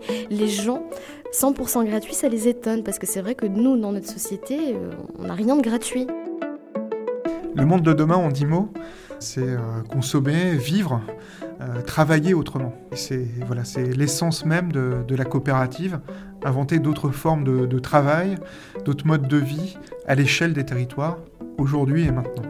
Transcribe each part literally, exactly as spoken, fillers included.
Les gens, cent pour cent gratuit, ça les étonne, parce que c'est vrai que nous, dans notre société, on n'a rien de gratuit. Le monde de demain, en dix mots, c'est euh, consommer, vivre, euh, travailler autrement. C'est, voilà, c'est l'essence même de, de la coopérative, inventer d'autres formes de, de travail, d'autres modes de vie à l'échelle des territoires, aujourd'hui et maintenant.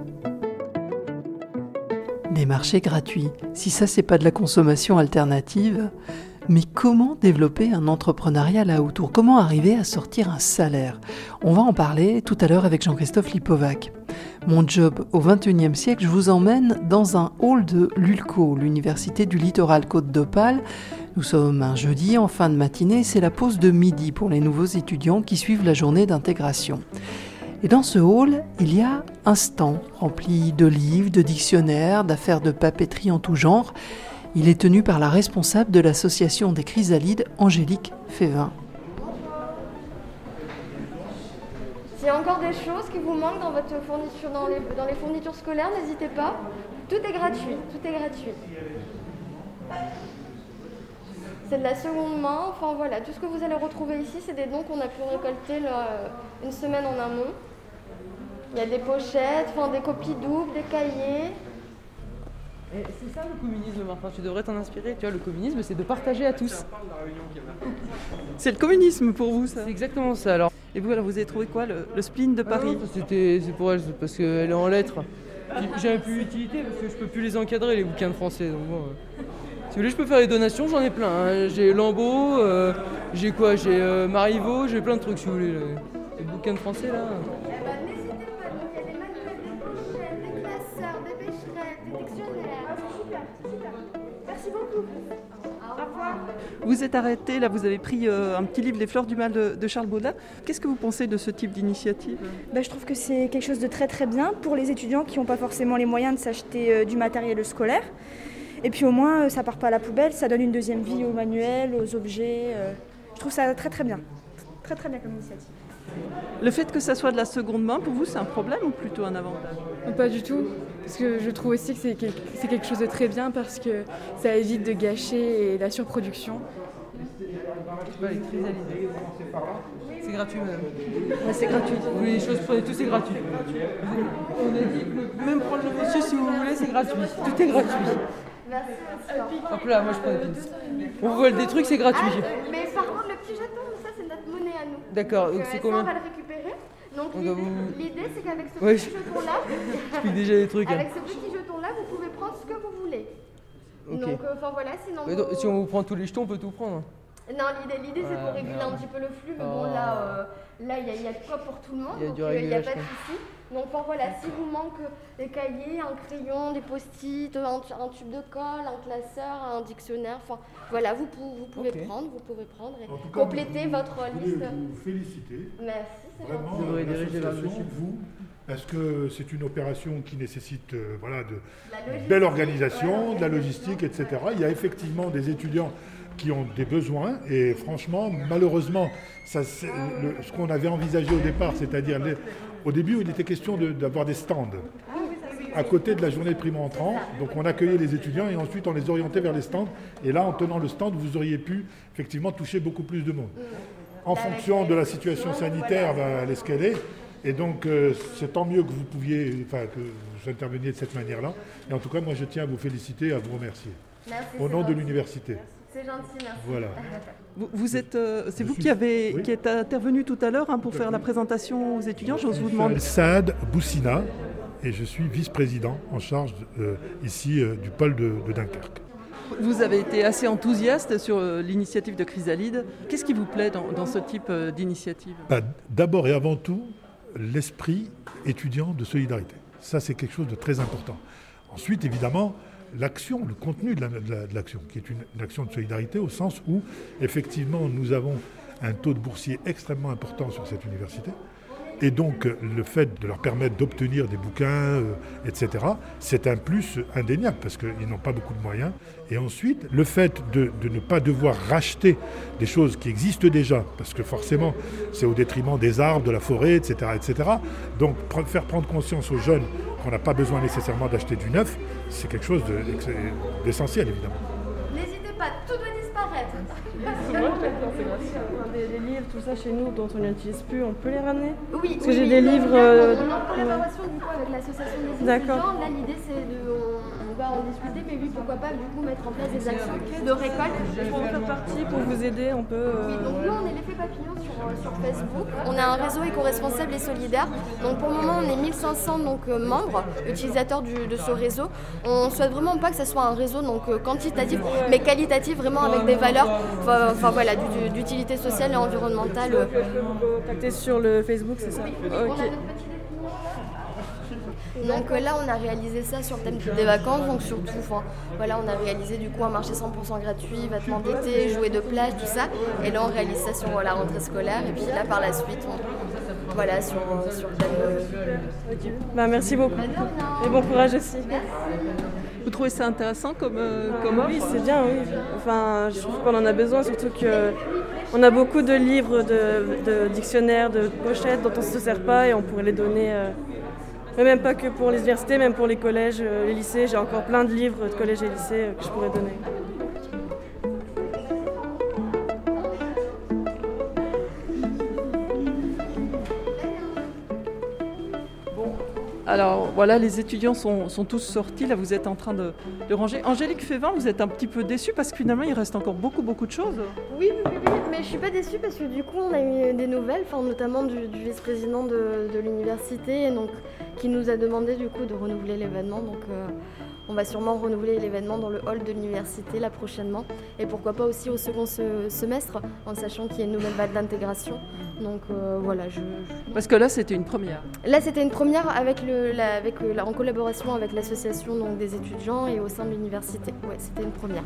Des marchés gratuits, si ça c'est pas de la consommation alternative, mais comment développer un entrepreneuriat là autour ? Comment arriver à sortir un salaire ? On va en parler tout à l'heure avec Jean-Christophe Lipovac. Mon job au vingt et unième siècle, je vous emmène dans un hall de l'U L C O, l'Université du Littoral Côte d'Opale. Nous sommes un jeudi en fin de matinée, c'est la pause de midi pour les nouveaux étudiants qui suivent la journée d'intégration. Et dans ce hall, il y a un stand rempli de livres, de dictionnaires, d'affaires de papeterie en tout genre. Il est tenu par la responsable de l'association des Chrysalides, Angélique Févin. S'il y a encore des choses qui vous manquent dans votre fourniture, dans les, dans les fournitures scolaires, n'hésitez pas. Tout est gratuit, tout est gratuit. C'est de la seconde main, enfin voilà, tout ce que vous allez retrouver ici, c'est des dons qu'on a pu récolter là, une semaine en amont. Il y a des pochettes, enfin, des copies doubles, des cahiers. Et c'est ça le communisme, Martin, tu devrais t'en inspirer. Tu vois, le communisme, c'est de partager à tous. C'est le communisme pour vous, ça ? C'est exactement ça, alors. Et vous, alors, vous avez trouvé quoi, le, le spleen de Paris ? Ah, c'était, c'est pour elle, parce qu'elle est en lettres. J'ai un peu d'utilité, parce que je peux plus les encadrer, les bouquins de français. Donc bon, euh. Si vous voulez, je peux faire les donations, j'en ai plein. Hein. J'ai Lambeau, euh, j'ai quoi ? J'ai euh, Marivaux, j'ai plein de trucs, si vous voulez. Là. Les bouquins de français, là. Vous êtes arrêté, là vous avez pris euh, un petit livre, Les Fleurs du Mal de, de Charles Baudelaire. Qu'est-ce que vous pensez de ce type d'initiative ? Ben, je trouve que c'est quelque chose de très très bien pour les étudiants qui n'ont pas forcément les moyens de s'acheter euh, du matériel scolaire. Et puis au moins, euh, ça part pas à la poubelle, ça donne une deuxième vie aux manuels, aux objets. Euh, je trouve ça très très bien. Très très bien comme initiative. Le fait que ça soit de la seconde main, pour vous, c'est un problème ou plutôt un avantage ? Pas du tout, parce que je trouve aussi que c'est quelque chose de très bien parce que ça évite de gâcher la surproduction. Ouais, les Chrysalides. C'est gratuit, madame. Ouais, c'est gratuit. Vous voulez les choses, prenez tout, c'est gratuit. On a dit que même prendre le monsieur si vous voulez, c'est gratuit. Tout est gratuit. Merci. Hop là, moi je prends les pins. On vole des trucs, c'est gratuit. Ah, mais par contre, le petit jeton, ça c'est notre monnaie à nous. D'accord, donc, donc c'est euh, combien ? Ça, on va le récupérer. Donc donc l'idée, vous... l'idée, c'est qu'avec ce ouais, petit je... jeton-là, je pique déjà des trucs. avec hein. ce petit jeton-là, vous pouvez prendre ce que vous voulez. Okay. Donc, enfin euh, voilà, sinon. Donc, vous... Si on vous prend tous les jetons, on peut tout prendre. Non, l'idée, l'idée c'est ouais, pour réguler merde. un petit peu le flux, mais oh. bon là, euh, là il y, y a de quoi pour tout le monde, il y a, donc du il n'y a pas de quoi. souci. Donc enfin, voilà, si vous manque des cahiers, un crayon, des post-it, un, un tube de colle, un classeur, un dictionnaire, enfin voilà, vous, vous pouvez okay. prendre, vous pouvez prendre et cas, compléter vous, votre vous liste. Vous féliciter. Merci, c'est vraiment gentil. l'association, vous, parce que c'est une opération qui nécessite euh, voilà, de de belle organisation, ouais, de la logistique, et cetera. Ouais. Il y a effectivement des étudiants qui ont des besoins et franchement, malheureusement, ça, c'est le, ce qu'on avait envisagé au départ, c'est-à-dire les, au début, il était question de, d'avoir des stands à côté de la journée de primo-entrants. Donc on accueillait les étudiants et ensuite on les orientait vers les stands. Et là, en tenant le stand, vous auriez pu effectivement toucher beaucoup plus de monde. En fonction de la situation sanitaire, ben, elle est ce qu'elle est. Et donc, euh, c'est tant mieux que vous pouviez, enfin, que vous interveniez de cette manière-là. Et en tout cas, moi, je tiens à vous féliciter et à vous remercier. Merci, au nom gentil. de l'université. C'est gentil, merci. Voilà. Vous, vous êtes, euh, c'est je vous suis... qui avez, oui. qui êtes intervenu tout à l'heure hein, pour faire la présentation aux étudiants. J'ose vous demander. Saad Boussina, et je suis vice-président en charge euh, ici euh, du pôle de, de Dunkerque. Vous avez été assez enthousiaste sur euh, l'initiative de Chrysalides. Qu'est-ce qui vous plaît dans, dans ce type euh, d'initiative ? Bah, d'abord et avant tout, l'esprit étudiant de solidarité. Ça, c'est quelque chose de très important. Ensuite, évidemment, l'action, le contenu de, la, de, la, de l'action, qui est une, une action de solidarité au sens où, effectivement, nous avons un taux de boursiers extrêmement important sur cette université. Et donc, le fait de leur permettre d'obtenir des bouquins, euh, et cetera, c'est un plus indéniable parce qu'ils n'ont pas beaucoup de moyens. Et ensuite, le fait de, de ne pas devoir racheter des choses qui existent déjà, parce que forcément, c'est au détriment des arbres, de la forêt, et cetera, et cetera. Donc, pr- faire prendre conscience aux jeunes qu'on n'a pas besoin nécessairement d'acheter du neuf, c'est quelque chose de, d'essentiel, évidemment. N'hésitez pas, tout doit disparaître. Des, des livres, tout ça chez nous dont on n'utilise plus, on peut les ramener? Oui, parce que oui, j'ai oui, des oui, livres. Là, Euh, on est en collaboration du coup avec l'association des étudiants. D'accord. Là, l'idée c'est de, on, on va en discuter, mais oui, pourquoi pas du coup mettre en place des actions de récolte. Je peux en faire partie pour vous aider, on peut. Euh... Oui, donc nous on est l'effet papillon sur, sur Facebook. On a un réseau éco-responsable et solidaire. Donc pour le moment on est mille cinq cents donc, euh, membres, utilisateurs du, de ce réseau. On souhaite vraiment pas que ce soit un réseau donc, euh, quantitatif, mais qualitatif, vraiment avec des valeurs enfin voilà, d'utilité sociale et environnementale. Je peux vous contacter sur le Facebook, c'est ça? Oui, ok. Donc euh, là, on a réalisé ça sur le thème des vacances, donc surtout, enfin, voilà, on a réalisé du coup un marché cent pour cent gratuit, vêtements d'été, jouets de plage, tout ça. Et là, on réalise ça sur euh, la rentrée scolaire, et puis là, par la suite, on, voilà, sur, euh, sur le thème. Euh... Okay. Bah, merci beaucoup. Et bon courage aussi. Merci. Vous trouvez ça intéressant comme, euh, comme offre? Oui, c'est bien, oui. Enfin, je trouve qu'on en a besoin, surtout qu'on a beaucoup de livres, de, de dictionnaires, de pochettes dont on ne se sert pas et on pourrait les donner. Euh... Mais même pas que pour les universités, même pour les collèges, euh, les lycées. J'ai encore plein de livres de collèges et lycées euh, que je pourrais donner. Alors voilà, les étudiants sont, sont tous sortis, là vous êtes en train de, de ranger. Angélique Févin, vous êtes un petit peu déçue parce que finalement il reste encore beaucoup beaucoup de choses. Oui, oui, oui, oui, mais je suis pas déçue parce que du coup on a eu des nouvelles, enfin, notamment du, du vice-président de, de l'université, donc, qui nous a demandé du coup de renouveler l'événement. Donc euh, on va sûrement renouveler l'événement dans le hall de l'université là prochainement. Et pourquoi pas aussi au second se- semestre, en sachant qu'il y a une nouvelle vague d'intégration. Donc euh, voilà, je, je... Parce que là c'était une première. Là c'était une première avec le, la, avec le, la, en collaboration avec l'association donc, des étudiants et au sein de l'université. Ouais, c'était une première.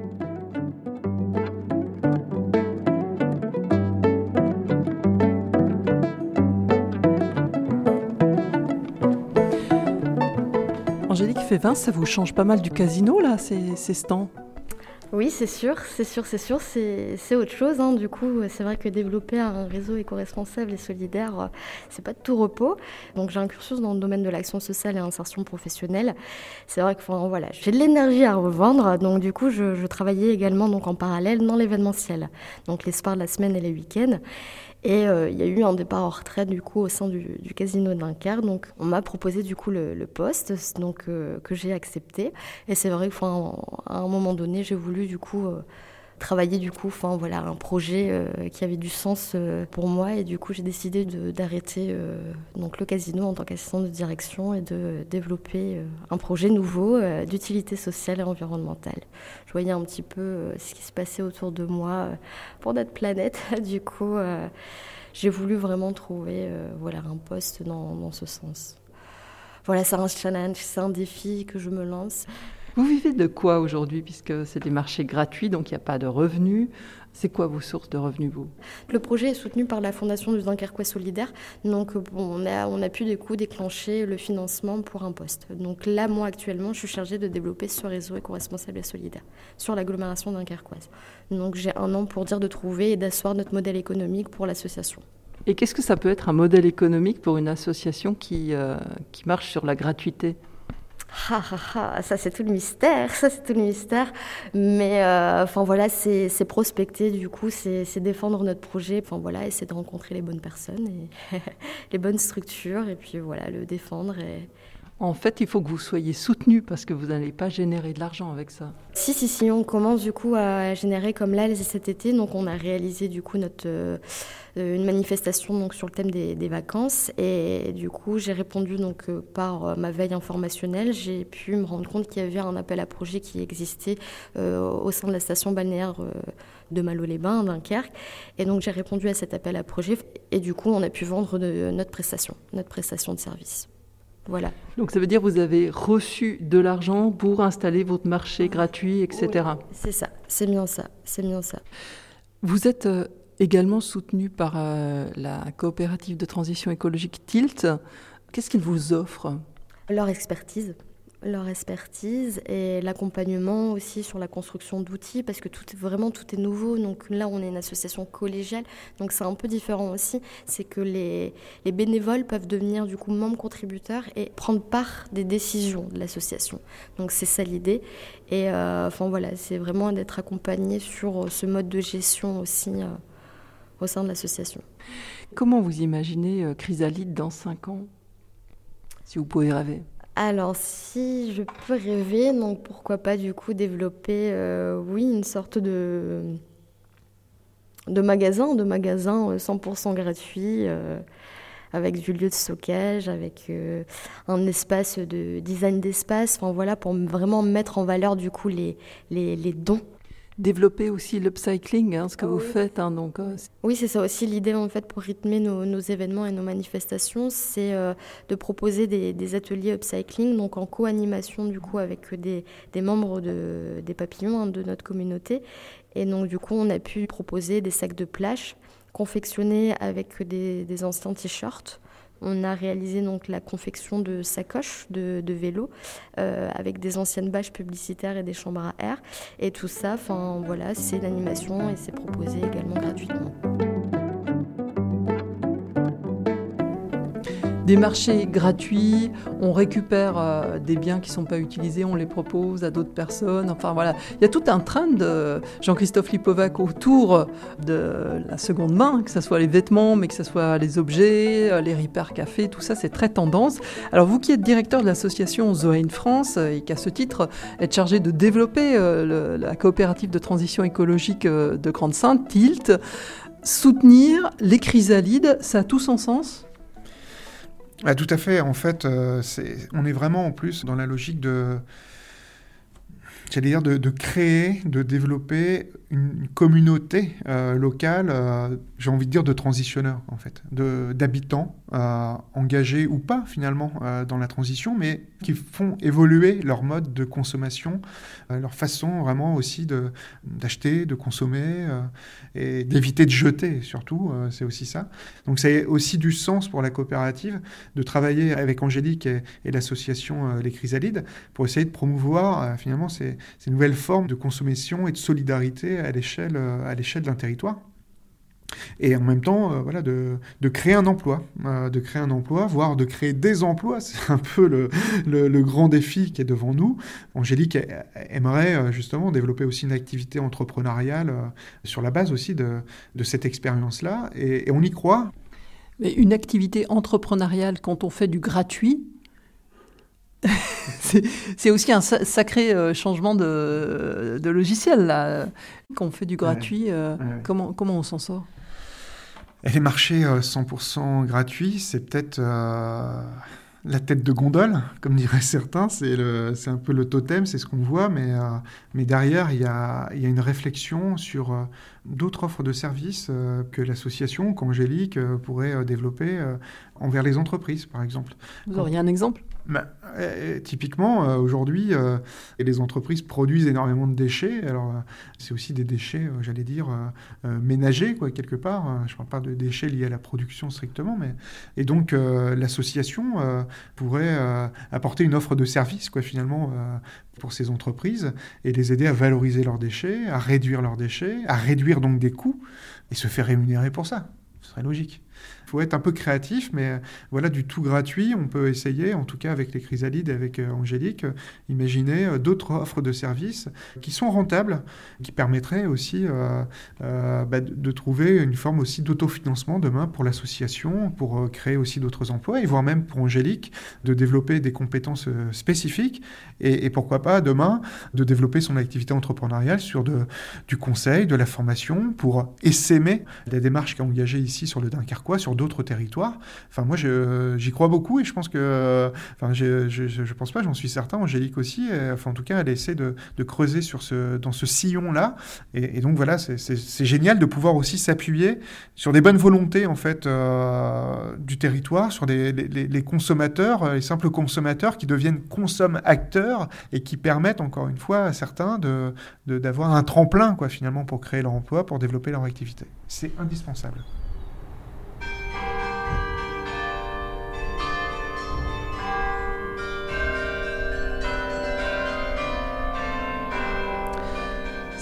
Angélique Févin, ça vous change pas mal du casino là, ces, ces stands? Oui, c'est sûr, c'est sûr, c'est sûr, c'est, c'est autre chose. Hein. Du coup, c'est vrai que développer un réseau éco-responsable et solidaire, c'est pas de tout repos. Donc, j'ai un cursus dans le domaine de l'action sociale et l'insertion professionnelle. C'est vrai que enfin, voilà, j'ai de l'énergie à revendre. Donc, du coup, je, je travaillais également donc, en parallèle dans l'événementiel. Donc, les soirs de la semaine et les week-ends. Et euh, il y a eu un départ en retraite du coup au sein du, du casino de Dunkerque. Donc on m'a proposé du coup le, le poste donc, euh, que j'ai accepté. Et c'est vrai qu'à un moment donné, j'ai voulu du coup euh, travailler du coup, enfin voilà, un projet euh, qui avait du sens euh, pour moi. Et du coup, j'ai décidé de, d'arrêter euh, donc le casino en tant qu'assistante de direction et de développer euh, un projet nouveau euh, d'utilité sociale et environnementale. Je voyais un petit peu euh, ce qui se passait autour de moi euh, pour notre planète. Du coup, euh, j'ai voulu vraiment trouver euh, voilà, un poste dans, dans ce sens. Voilà, c'est un challenge, c'est un défi que je me lance. Vous vivez de quoi aujourd'hui, puisque c'est des marchés gratuits, donc il n'y a pas de revenus? C'est quoi vos sources de revenus, vous? Le projet est soutenu par la Fondation du Dunkerquois Solidaire. Donc, bon, on, a, on a pu du coup déclencher le financement pour un poste. Donc là, moi, actuellement, je suis chargée de développer ce réseau éco-responsable et solidaire sur l'agglomération dunkerquoise. Donc, j'ai un an pour dire de trouver et d'asseoir notre modèle économique pour l'association. Et qu'est-ce que ça peut être un modèle économique pour une association qui, euh, qui marche sur la gratuité? Ah, ah, ah, ça c'est tout le mystère, ça c'est tout le mystère. Mais euh, enfin voilà, c'est, c'est prospecter du coup, c'est, c'est défendre notre projet. Enfin voilà, essayer de rencontrer les bonnes personnes et les bonnes structures et puis voilà, le défendre. Et... En fait, il faut que vous soyez soutenu parce que vous n'allez pas générer de l'argent avec ça. Si, si, si, on commence du coup à générer comme là cet été. Donc on a réalisé du coup notre, euh, une manifestation donc, sur le thème des, des vacances. Et du coup, j'ai répondu donc, euh, par euh, ma veille informationnelle. J'ai pu me rendre compte qu'il y avait un appel à projet qui existait euh, au sein de la station balnéaire euh, de Malo-les-Bains, Dunkerque. Et donc j'ai répondu à cet appel à projet. Et du coup, on a pu vendre de, notre prestation, notre prestation de service. Voilà. Donc ça veut dire que vous avez reçu de l'argent pour installer votre marché gratuit, et cetera. Oui, c'est ça, c'est bien ça, c'est bien ça. Vous êtes euh, également soutenu par euh, la coopérative de transition écologique Tilt. Qu'est-ce qu'ils vous offrent ? Leur expertise. leur expertise et l'accompagnement aussi sur la construction d'outils parce que tout, vraiment tout est nouveau. Donc là, on est une association collégiale, donc c'est un peu différent aussi. C'est que les, les bénévoles peuvent devenir du coup membres contributeurs et prendre part des décisions de l'association. Donc c'est ça l'idée. Et euh, enfin voilà, c'est vraiment d'être accompagné sur ce mode de gestion aussi euh, au sein de l'association. Comment vous imaginez euh, Chrysalide dans cinq ans, si vous pouvez rêver ? Alors, si je peux rêver, donc pourquoi pas du coup développer, euh, oui, une sorte de, de magasin, de magasin cent pour cent gratuit, euh, avec du lieu de stockage, avec euh, un espace de design d'espace, enfin voilà, pour vraiment mettre en valeur du coup les, les, les dons. Développer aussi l'upcycling, hein, ce que oh, vous oui. faites. Hein, donc, euh, oui, c'est ça aussi l'idée en fait pour rythmer nos, nos événements et nos manifestations, c'est euh, de proposer des, des ateliers upcycling, donc en co-animation du coup avec des, des membres de, des papillons hein, de notre communauté. Et donc du coup, on a pu proposer des sacs de plage confectionnés avec des, des anciens t-shirts. On a réalisé donc la confection de sacoches de, de vélo euh, avec des anciennes bâches publicitaires et des chambres à air. Et tout ça, enfin voilà, c'est l'animation et c'est proposé également gratuitement. Des marchés gratuits, on récupère euh, des biens qui ne sont pas utilisés, on les propose à d'autres personnes. Enfin voilà, il y a tout un trend de Jean-Christophe Lipovac autour de la seconde main, que ce soit les vêtements, mais que ce soit les objets, les repair cafés, tout ça, c'est très tendance. Alors vous qui êtes directeur de l'association Zoein France et qu'à ce titre êtes chargé de développer euh, le, la coopérative de transition écologique euh, de Grande-Synthe, Tilt, soutenir les chrysalides, ça a tout son sens ? Ah, tout à fait. En fait, euh, c'est, on est vraiment en plus dans la logique de, j'allais dire, de, de créer, de développer une communauté euh, locale, euh, j'ai envie de dire de transitionneurs, en fait, de, d'habitants euh, engagés ou pas, finalement, euh, dans la transition, mais qui font évoluer leur mode de consommation, euh, leur façon vraiment aussi de, d'acheter, de consommer euh, et d'éviter de jeter, surtout, euh, c'est aussi ça. Donc, ça a aussi du sens pour la coopérative de travailler avec Angélique et, et l'association euh, Les Chrysalides pour essayer de promouvoir, euh, finalement, ces, ces nouvelles formes de consommation et de solidarité à l'échelle, à l'échelle d'un territoire. Et en même temps, euh, voilà, de, de créer un emploi, euh, de créer un emploi, voire de créer des emplois. C'est un peu le, le, le grand défi qui est devant nous. Angélique aimerait euh, justement développer aussi une activité entrepreneuriale euh, sur la base aussi de, de cette expérience-là. Et, et on y croit. Mais une activité entrepreneuriale, quand on fait du gratuit, c'est, c'est aussi un sa- sacré euh, changement de, de logiciel, là. Quand on fait du gratuit, ouais. Euh, ouais, ouais. Comment, comment on s'en sort ? Et les marchés euh, cent pour cent gratuits, c'est peut-être euh, la tête de gondole, comme diraient certains. C'est, le, c'est un peu le totem, c'est ce qu'on voit. Mais, euh, mais derrière, il y a, y a une réflexion sur euh, d'autres offres de services euh, que l'association, qu'Angélique euh, pourrait euh, développer euh, envers les entreprises, par exemple. Vous auriez un exemple ? Bah, euh, typiquement, euh, aujourd'hui, euh, les entreprises produisent énormément de déchets. Alors, euh, c'est aussi des déchets, euh, j'allais dire, euh, euh, ménagers, quoi, quelque part. Euh, je ne parle pas de déchets liés à la production strictement. Mais... Et donc, euh, l'association euh, pourrait euh, apporter une offre de service, quoi, finalement, euh, pour ces entreprises et les aider à valoriser leurs déchets, à réduire leurs déchets, à réduire donc des coûts et se faire rémunérer pour ça. Ce serait logique. Il faut être un peu créatif, mais voilà, du tout gratuit, on peut essayer, en tout cas avec les Chrysalides et avec euh, Angélique, euh, imaginer euh, d'autres offres de services qui sont rentables, qui permettraient aussi euh, euh, bah, de, de trouver une forme aussi d'autofinancement demain pour l'association, pour euh, créer aussi d'autres emplois, et voire même pour Angélique, de développer des compétences euh, spécifiques, et, et pourquoi pas demain, de développer son activité entrepreneuriale sur de, du conseil, de la formation, pour essaimer la démarche qui est engagée ici sur le Dunkerquois, sur d'autres territoires. Enfin, moi, je, j'y crois beaucoup et je pense que... Enfin, je, je, je pense pas, j'en suis certain, Angélique aussi. Et, enfin, en tout cas, elle essaie de, de creuser sur ce, dans ce sillon-là. Et, et donc, voilà, c'est, c'est, c'est génial de pouvoir aussi s'appuyer sur des bonnes volontés, en fait, euh, du territoire, sur des, les, les consommateurs, les simples consommateurs qui deviennent consomme-acteurs et qui permettent, encore une fois, à certains de, de, d'avoir un tremplin, quoi, finalement, pour créer leur emploi, pour développer leur activité. C'est indispensable.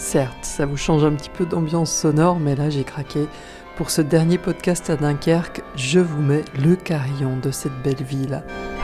Certes, ça vous change un petit peu d'ambiance sonore, mais là j'ai craqué. Pour ce dernier podcast à Dunkerque, je vous mets le carillon de cette belle ville.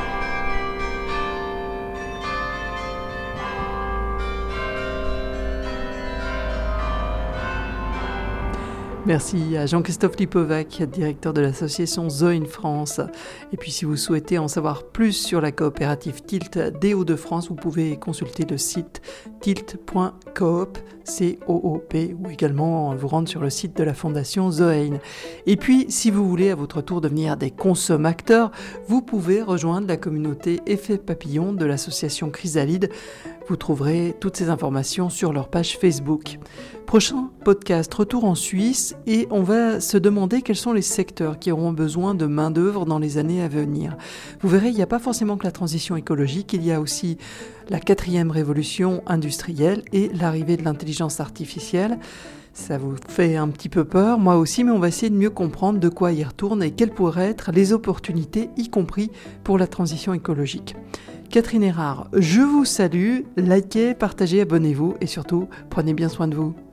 Merci à Jean-Christophe Lipovac, directeur de l'association Zoe France. Et puis si vous souhaitez en savoir plus sur la coopérative Tilt des Hauts-de-France, vous pouvez consulter le site tilt point coop, C O O P, ou également vous rendre sur le site de la fondation Zoe. Et puis si vous voulez à votre tour devenir des consommateurs, vous pouvez rejoindre la communauté Effet Papillon de l'association Chrysalide. Vous trouverez toutes ces informations sur leur page Facebook. Prochain podcast, retour en Suisse, et on va se demander quels sont les secteurs qui auront besoin de main-d'œuvre dans les années à venir. Vous verrez, il n'y a pas forcément que la transition écologique, il y a aussi la quatrième révolution industrielle et l'arrivée de l'intelligence artificielle. Ça vous fait un petit peu peur, moi aussi, mais on va essayer de mieux comprendre de quoi il retourne et quelles pourraient être les opportunités, y compris pour la transition écologique. Catherine Erard, je vous salue, likez, partagez, abonnez-vous et surtout, prenez bien soin de vous.